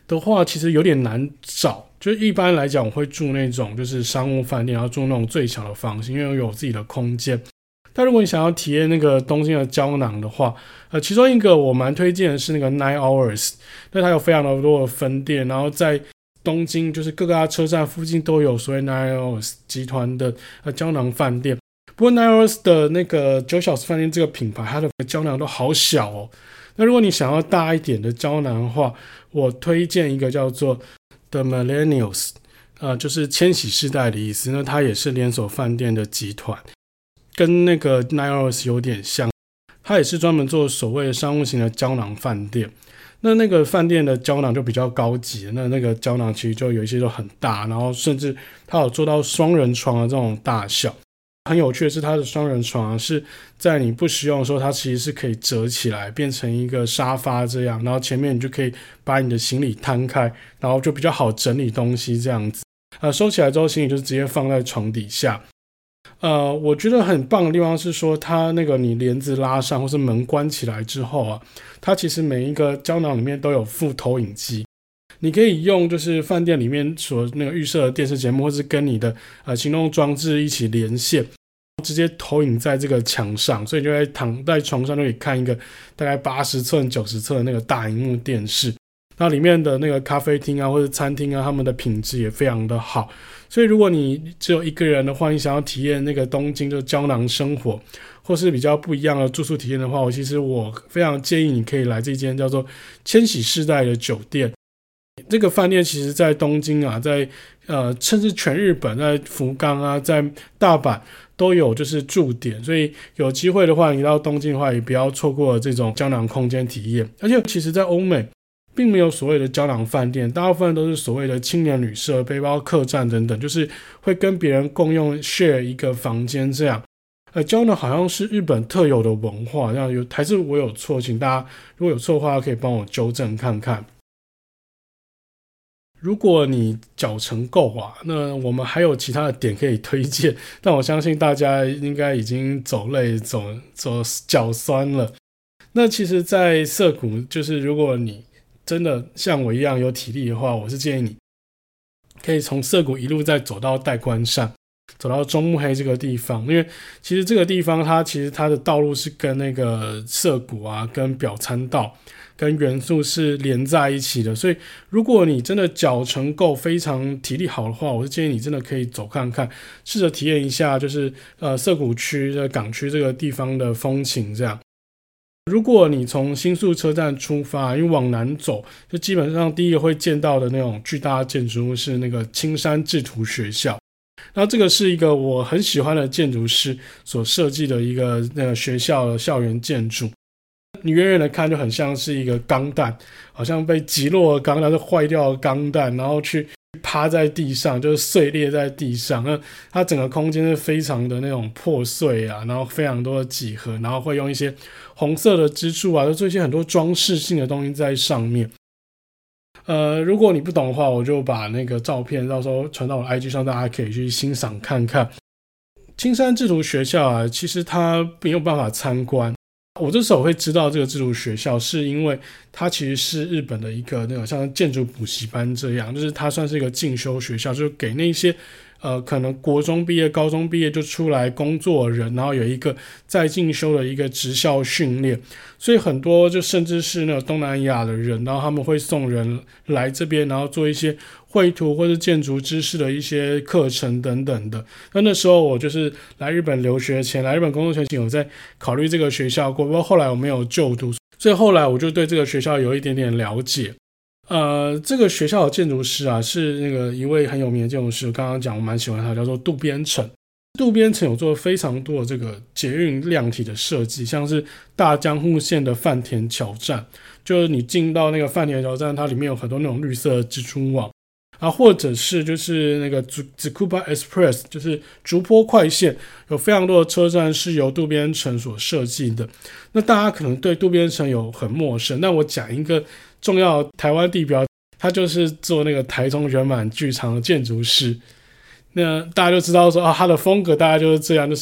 的话，其实有点难找。就一般来讲，我会住那种就是商务饭店，然后住那种最小的房型，因为有自己的空间。但如果你想要体验那个东京的胶囊的话，呃，其中一个我蛮推荐的是那个 Nine Hours， 那它有非常多的分店，然后在东京就是各个车站附近都有所谓 Nine Hours 集团的呃胶囊饭店。不过 Nine Hours 的那个九小时饭店这个品牌，它的胶囊都好小哦。那如果你想要大一点的胶囊的话，我推荐一个叫做 The Millennials， 呃，就是千禧世代的意思。那它也是连锁饭店的集团，跟那个 Nine Hours 有点像。它也是专门做所谓的商务型的胶囊饭店。那那个饭店的胶囊就比较高级，那那个胶囊其实就有一些就很大，然后甚至它有做到双人床的这种大小。很有趣的是，它的双人床是在你不使用的时候，它其实是可以折起来变成一个沙发这样，然后前面你就可以把你的行李摊开，然后就比较好整理东西这样子。呃，收起来之后，行李就直接放在床底下。呃，我觉得很棒的地方是说，它那个你帘子拉上或是门关起来之后啊，它其实每一个胶囊里面都有附投影机。你可以用就是饭店里面所那个预设的电视节目，或是跟你的呃行动装置一起连线，直接投影在这个墙上，所以你就会躺在床上就可以看一个大概八十寸、九十寸的那个大萤幕电视。那里面的那个咖啡厅啊或者餐厅啊，他们的品质也非常的好。所以如果你只有一个人的话，你想要体验那个东京的胶囊生活，或是比较不一样的住宿体验的话，我其实我非常建议你可以来这间叫做千禧世代的酒店。这个饭店其实在东京啊，在呃甚至全日本，在福冈啊，在大阪都有就是驻点，所以有机会的话，你到东京的话，也不要错过这种胶囊空间体验。而且其实在欧美并没有所谓的胶囊饭店，大部分都是所谓的青年旅社、背包客栈等等，就是会跟别人共用 share 一个房间这样。呃，胶囊好像是日本特有的文化，这样有还是我有错，请大家如果有错的话，可以帮我纠正看看。如果你脚程够啊，那我们还有其他的点可以推荐，但我相信大家应该已经走累、走走脚酸了。那其实，在涩谷，就是如果你真的像我一样有体力的话，我是建议你可以从涩谷一路再走到代官山，走到中目黑这个地方，因为其实这个地方它其实它的道路是跟那个涩谷啊、跟表参道、跟元素是连在一起的，所以如果你真的脚程够、非常体力好的话，我是建议你真的可以走看看，试着体验一下，就是呃涩谷区的港区这个地方的风情这样。如果你从新宿车站出发，因为往南走，就基本上第一个会见到的那种巨大的建筑物是那个青山制图学校。然后这个是一个我很喜欢的建筑师所设计的一个那个学校的校园建筑。你远远的看就很像是一个钢弹，好像被击落的钢弹，是坏掉的钢弹，然后去趴在地上，就是碎裂在地上。那它整个空间是非常的那种破碎啊，然后非常多的几何，然后会用一些红色的支柱啊，就做一些很多装饰性的东西在上面。呃，如果你不懂的话，我就把那个照片到时候传到我的 I G 上，大家可以去欣赏看看。青山制图学校啊，其实它没有办法参观。我这时候会知道这个制图学校，是因为它其实是日本的一个那种像建筑补习班这样，就是它算是一个进修学校，就是给那些呃可能国中毕业、高中毕业就出来工作的人，然后有一个在进修的一个职校训练，所以很多就甚至是那种东南亚的人，然后他们会送人来这边，然后做一些绘图或是建筑知识的一些课程等等的。那那时候我就是来日本留学前、来日本工作前有在考虑这个学校过，不过后来我没有就读，所以后来我就对这个学校有一点点了解。呃，这个学校的建筑师啊，是那个一位很有名的建筑师，我刚刚讲我蛮喜欢他，叫做渡边诚。渡边诚有做非常多的这个捷运量体的设计，像是大江户线的饭田桥站，就是你进到那个饭田桥站，它里面有很多那种绿色的蜘蛛网啊，或者是就是那个 Tsukuba Express， 就是竹坡快线，有非常多的车站是由渡边诚所设计的。那大家可能对渡边诚有很陌生，那我讲一个重要的台湾地标，他就是做那个台中圆满剧场的建筑师。那大家就知道说啊，他的风格大概就是这样，就是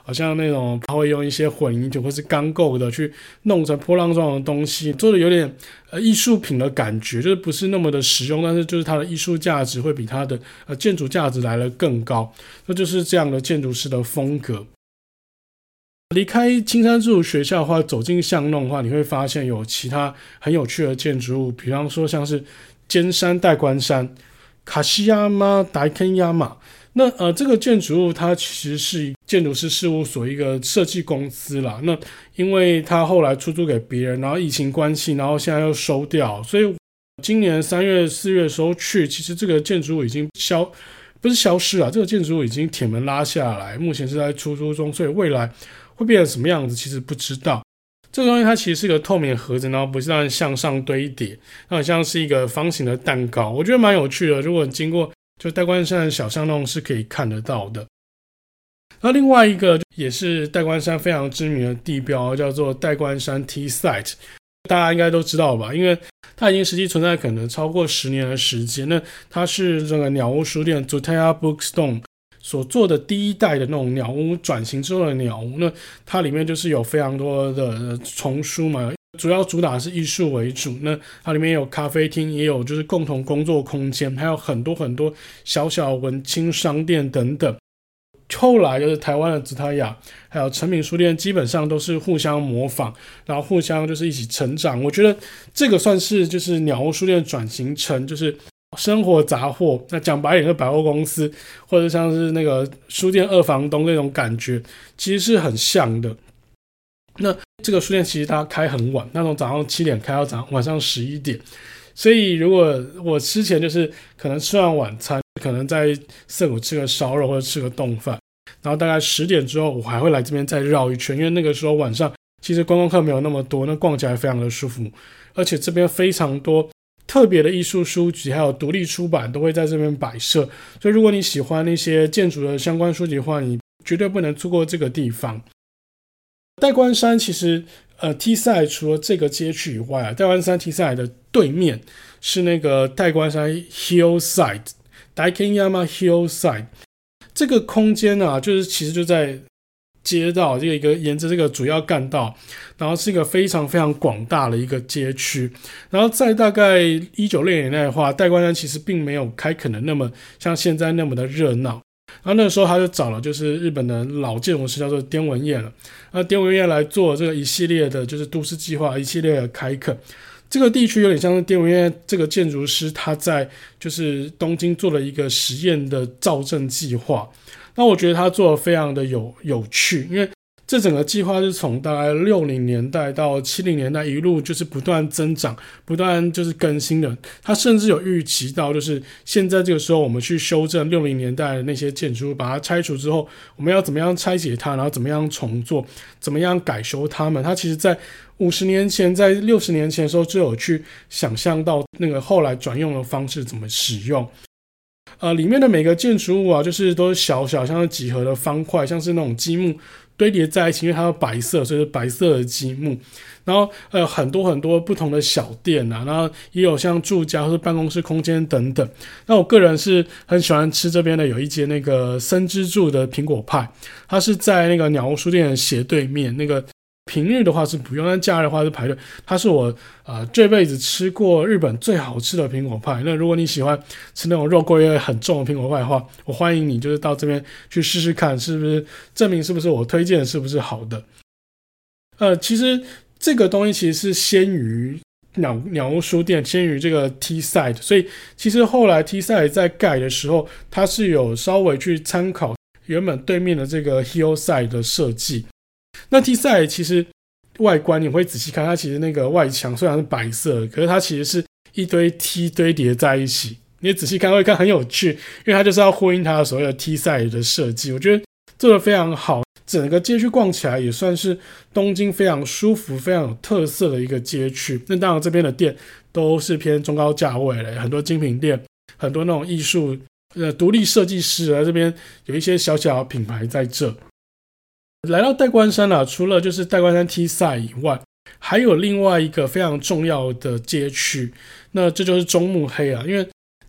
好像那种他会用一些混凝土或是钢构的去弄成波浪状的东西，做的有点呃艺术品的感觉，就是不是那么的实用，但是就是它的艺术价值会比它的呃建筑价值来得更高，那就是这样的建筑师的风格。离开青山自主学校的话，走进巷弄的话，你会发现有其他很有趣的建筑物，比方说像是尖山代官山、卡西亚马、达肯亚马。那呃，这个建筑物它其实是建筑师事务所一个设计公司啦。那因为它后来出租给别人，然后疫情关系，然后现在又收掉，所以今年三月、四月的时候去，其实这个建筑物已经消不是消失了，这个建筑物已经铁门拉下来，目前是在出租中，所以未来会变成什么样子，其实不知道。这个东西它其实是一个透明的盒子，然后不是让人向上堆叠，它好像是一个方形的蛋糕，我觉得蛮有趣的。如果经过就代官山的小巷弄是可以看得到的。那另外一个也是代官山非常知名的地标，叫做代官山 T Site， 大家应该都知道吧，因为它已经实际存在可能超过十年的时间。那它是这个鸟屋书店 Tsutaya Bookstore 所做的第一代的那种鸟屋转型之后的鸟屋，那它里面就是有非常多的丛书嘛，主要主打是艺术为主，那它里面有咖啡厅，也有就是共同工作空间，还有很多很多小小文青商店等等。后来就是台湾的紫塔雅还有诚品书店基本上都是互相模仿，然后互相就是一起成长。我觉得这个算是就是鸟屋书店转型成就是生活杂货，那讲白一点是百货公司，或者像是那个书店二房东那种感觉，其实是很像的。那这个书店其实它开很晚，那从早上七点开到早上晚上十一点，所以如果我之前就是可能吃完晚餐，可能在涩谷吃个烧肉或者吃个冻饭，然后大概十点之后我还会来这边再绕一圈，因为那个时候晚上其实观光客没有那么多，那逛起来非常的舒服，而且这边非常多特别的艺术书籍还有独立出版都会在这边摆设，所以如果你喜欢那些建筑的相关书籍的话，你绝对不能错过这个地方。代官山其实呃 T Site 除了这个街区以外啊，代官山 T Site 的对面是那个代官山 Hillside Daikanyama Hillside 这个空间啊，就是其实就在街道这个一个沿着这个主要干道，然后是一个非常非常广大的一个街区。然后在大概一九六零年代的话，代官山其实并没有开垦的那么像现在那么的热闹。然后那个时候他就找了就是日本的老建筑师叫做滇文彦了，那滇文彦来做这个一系列的就是都市计划一系列的开垦。这个地区有点像是滇文彦这个建筑师他在就是东京做了一个实验的造镇计划，那我觉得他做的非常的有有趣，因为这整个计划是从大概六零年代到七零年代一路就是不断增长不断就是更新的。他甚至有预期到就是现在这个时候我们去修正六零年代的那些建筑物，把它拆除之后我们要怎么样拆解它，然后怎么样重做，怎么样改修它们。他其实在五十年前在六十年前的时候就有去想象到那个后来转用的方式怎么使用。呃，里面的每个建筑物啊，就是都是小小像是几何的方块，像是那种积木堆叠在一起，因为它有白色，所以是白色的积木。然后呃很多很多不同的小店啊，然后也有像住家或是办公室空间等等。那我个人是很喜欢吃这边的有一间那个森之助的苹果派，它是在那个鸟屋书店的斜对面，那个平日的话是不用，但假日的话是排队。它是我呃这辈子吃过日本最好吃的苹果派。那如果你喜欢吃那种肉桂味很重的苹果派的话，我欢迎你就是到这边去试试看，是不是证明是不是我推荐的是不是好的。呃，其实这个东西其实是先于鸟鸟屋书店，先于这个 T Site， 所以其实后来 T Site 在盖的时候，它是有稍微去参考原本对面的这个 Hillside 的设计。那 T Site 其实外观你会仔细看，它其实那个外墙虽然是白色，可是它其实是一堆 T 堆叠在一起，你仔细看会看很有趣，因为它就是要呼应它的所谓的 T Site 的设计，我觉得做得非常好。整个街区逛起来也算是东京非常舒服非常有特色的一个街区。那当然这边的店都是偏中高价位的，很多精品店，很多那种艺术呃独立设计师啊，这边有一些小小的品牌在这。来到代官山啊，除了就是代官山 T Site 以外，还有另外一个非常重要的街区，那这就是中目黑啊。因为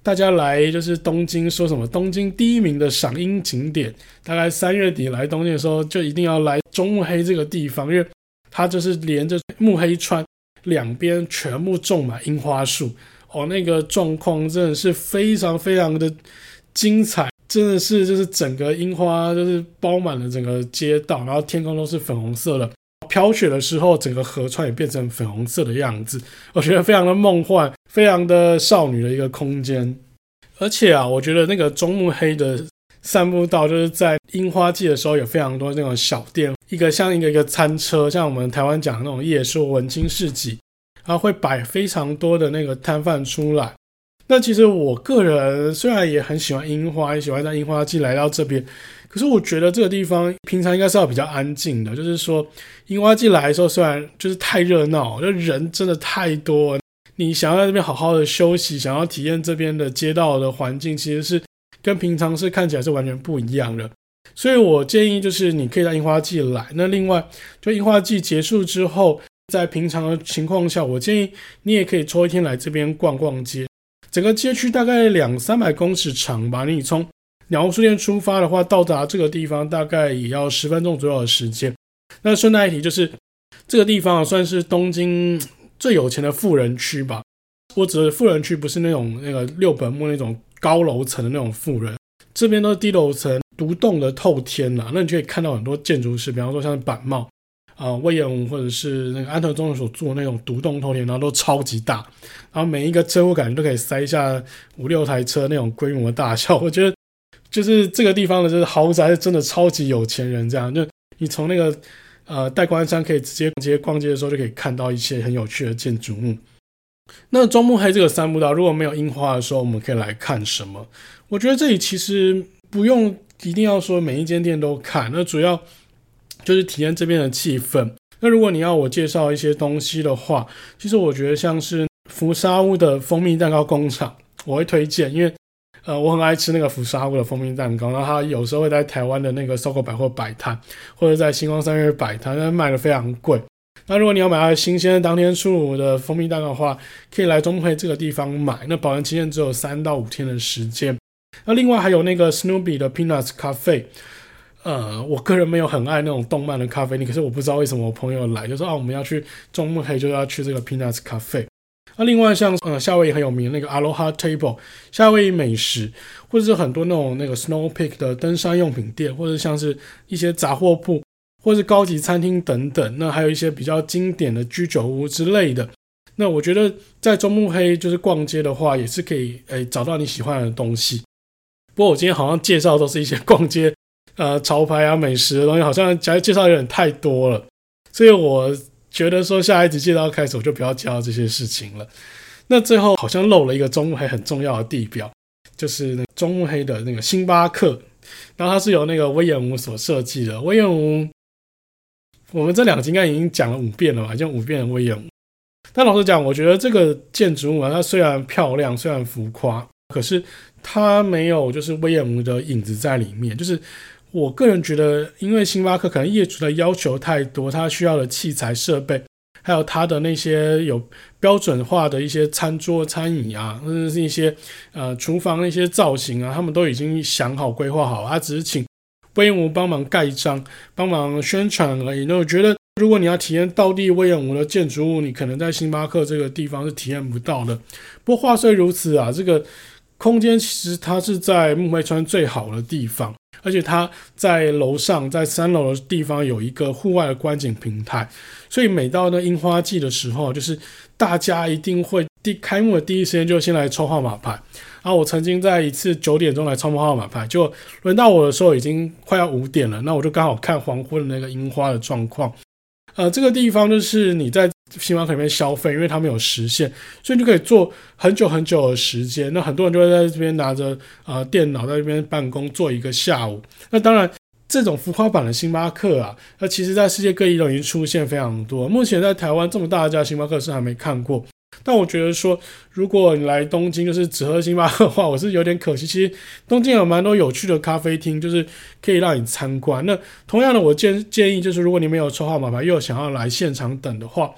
大家来就是东京说什么东京第一名的赏樱景点，大概三月底来东京的时候就一定要来中目黑这个地方，因为它就是连着目黑川两边全部种满樱花树哦，那个状况真的是非常非常的精彩，真的是就是整个樱花就是包满了整个街道，然后天空都是粉红色的，飘雪的时候整个河川也变成粉红色的样子，我觉得非常的梦幻，非常的少女的一个空间。而且啊，我觉得那个中目黑的散步道就是在樱花季的时候有非常多那种小店，一个像一个一个餐车，像我们台湾讲的那种夜市文青市集，然后会摆非常多的那个摊贩出来。那其实我个人虽然也很喜欢樱花，也喜欢在樱花季来到这边，可是我觉得这个地方平常应该是要比较安静的，就是说樱花季来的时候虽然就是太热闹，就人真的太多，你想要在这边好好的休息，想要体验这边的街道的环境，其实是跟平常是看起来是完全不一样的。所以我建议就是你可以在樱花季来，那另外就樱花季结束之后，在平常的情况下，我建议你也可以抽一天来这边逛逛街。整个街区大概两三百公尺长吧，你从鸟屋书店出发的话，到达这个地方大概也要十分钟左右的时间。那顺带一提，就是这个地方、啊、算是东京最有钱的富人区吧。我指的富人区不是那种那个六本木那种高楼层的那种富人，这边都是低楼层，独栋的透天啦。那你就可以看到很多建筑师，比方说像是板茂。呃，魏延武或者是那个安藤忠雄所住的那种独栋透天，然后都超级大，然后每一个车库感觉都可以塞下五六台车那种规模的大小。我觉得就是这个地方的就是豪宅是真的超级有钱人，这样就你从那个呃代官山可以直接直接逛街的时候就可以看到一些很有趣的建筑物。那中目黑这个散步道如果没有樱花的时候，我们可以来看什么？我觉得这里其实不用一定要说每一间店都看，那主要就是体验这边的气氛。那如果你要我介绍一些东西的话，其实我觉得像是福沙屋的蜂蜜蛋糕工厂我会推荐，因为呃我很爱吃那个福沙屋的蜂蜜蛋糕，然后它有时候会在台湾的那个 SOGO 百货摆摊，或者在星光三月摆摊，但卖的非常贵。那如果你要买它新鲜当天出炉的蜂蜜蛋糕的话，可以来中目黑这个地方买，那保存期限只有三到五天的时间。那另外还有那个 Snoopy 的 Peanuts 咖啡，呃，我个人没有很爱那种动漫的咖啡厅，可是我不知道为什么我朋友来就说啊，我们要去中目黑就要去这个 Peanuts 咖啡。那另外像呃夏威夷很有名的那个 Aloha Table 夏威夷美食，或者是很多那种那个 Snow Peak 的登山用品店，或者像是一些杂货铺，或是高级餐厅等等，那还有一些比较经典的居酒屋之类的。那我觉得在中目黑就是逛街的话，也是可以诶找到你喜欢的东西。不过我今天好像介绍都是一些逛街呃潮牌啊美食的东西，好像介绍有点太多了，所以我觉得说下一集介绍开始我就不要介绍这些事情了。那最后好像漏了一个中目黑很重要的地标，就是那中目黑的那个星巴克，然后它是由那个威严武所设计的。威严武我们这两集应该已经讲了五遍了吧，就五遍的威严武。但老实讲，我觉得这个建筑物啊，它虽然漂亮，虽然浮夸，可是它没有就是威严武的影子在里面。就是我个人觉得，因为星巴克可能业主的要求太多，他需要的器材设备，还有他的那些有标准化的一些餐桌餐饮啊，或者是一些呃厨房的一些造型啊，他们都已经想好规划好，他只是请威严武帮忙盖章，帮忙宣传而已。那我觉得如果你要体验道地威严武的建筑物，你可能在星巴克这个地方是体验不到的。不过话虽如此啊，这个空间其实它是在目黑川最好的地方，而且它在楼上，在三楼的地方有一个户外的观景平台，所以每到那樱花季的时候，就是大家一定会第开幕的第一时间就先来抽号码牌。然后我曾经在一次九点钟来抽号码牌，就轮到我的时候已经快要五点了，那我就刚好看黄昏的那个樱花的状况。呃，这个地方就是你在星巴克里面消费，因为他们有时限，所以你就可以坐很久很久的时间。那很多人就会在这边拿着呃电脑在这边办公，坐一个下午。那当然，这种浮夸版的星巴克啊，那其实在世界各地都已经出现非常多。目前在台湾这么大的家星巴克是还没看过。但我觉得说，如果你来东京就是只喝星巴克的话，我是有点可惜。其实东京有蛮多有趣的咖啡厅，就是可以让你参观。那同样的，我建建议就是，如果你没有抽号码牌又想要来现场等的话，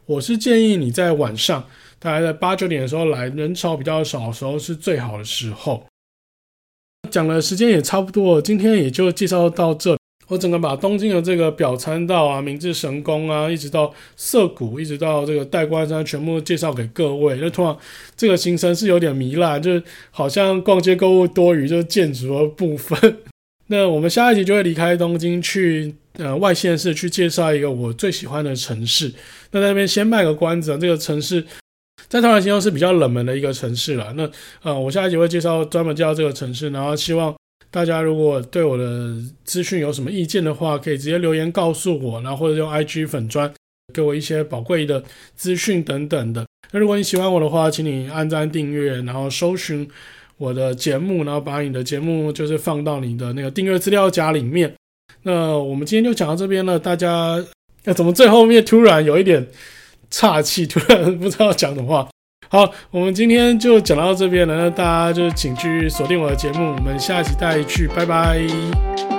我是建议你在晚上大概在八九点的时候来，人潮比较少的时候是最好的时候。讲的时间也差不多了，今天也就介绍到这。我整个把东京的这个表参道啊、明治神宫啊，一直到涩谷，一直到这个代官山，全部介绍给各位。那通常这个行程是有点糜烂，就是好像逛街购物多于就是建筑的部分。那我们下一集就会离开东京去呃外县市去介绍一个我最喜欢的城市。那在那边先卖个关子，这个城市在台湾形容是比较冷门的一个城市啦。那呃我下一集会介绍专门介绍这个城市，然后希望大家如果对我的资讯有什么意见的话，可以直接留言告诉我，然后或者用 I G 粉专给我一些宝贵的资讯等等的。那如果你喜欢我的话，请你按赞订阅，然后搜寻我的节目，然后把你的节目就是放到你的那个订阅资料夹里面。那我们今天就讲到这边了，大家要怎么最后面突然有一点岔气，突然不知道讲什么话。好，我们今天就讲到这边了，那大家就请继续锁定我的节目，我们下期再聚，拜拜。